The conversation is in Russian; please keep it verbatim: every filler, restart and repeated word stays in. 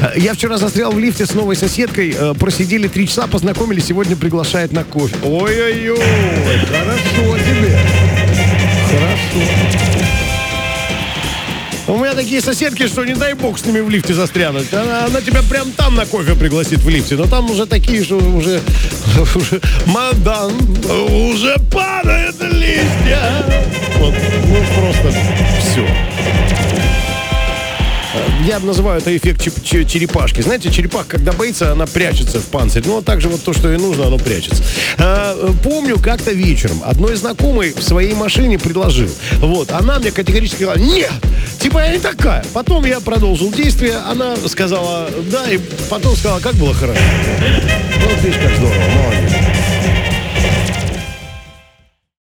Я вчера застрял в лифте с новой соседкой, э, просидели три часа, познакомились, сегодня приглашает на кофе. Ой-ой-ой, хорошо тебе. Хорошо. У меня такие соседки, что не дай бог с ними в лифте застрянуть. Она, она тебя прям там на кофе пригласит в лифте. Но там уже такие, что уже... уже мадам, уже падают листья. Вот, ну просто все. Я называю это эффект черепашки. Знаете, черепаха, когда боится, она прячется в панцирь. Ну, вот так же вот то, что и нужно, оно прячется. А, помню, как-то вечером одной знакомой в своей машине предложил. Вот, она мне категорически сказала: нет, типа я не такая. Потом я продолжил действие, она сказала да, и потом сказала, как было хорошо. Вот видишь, как здорово, молодец.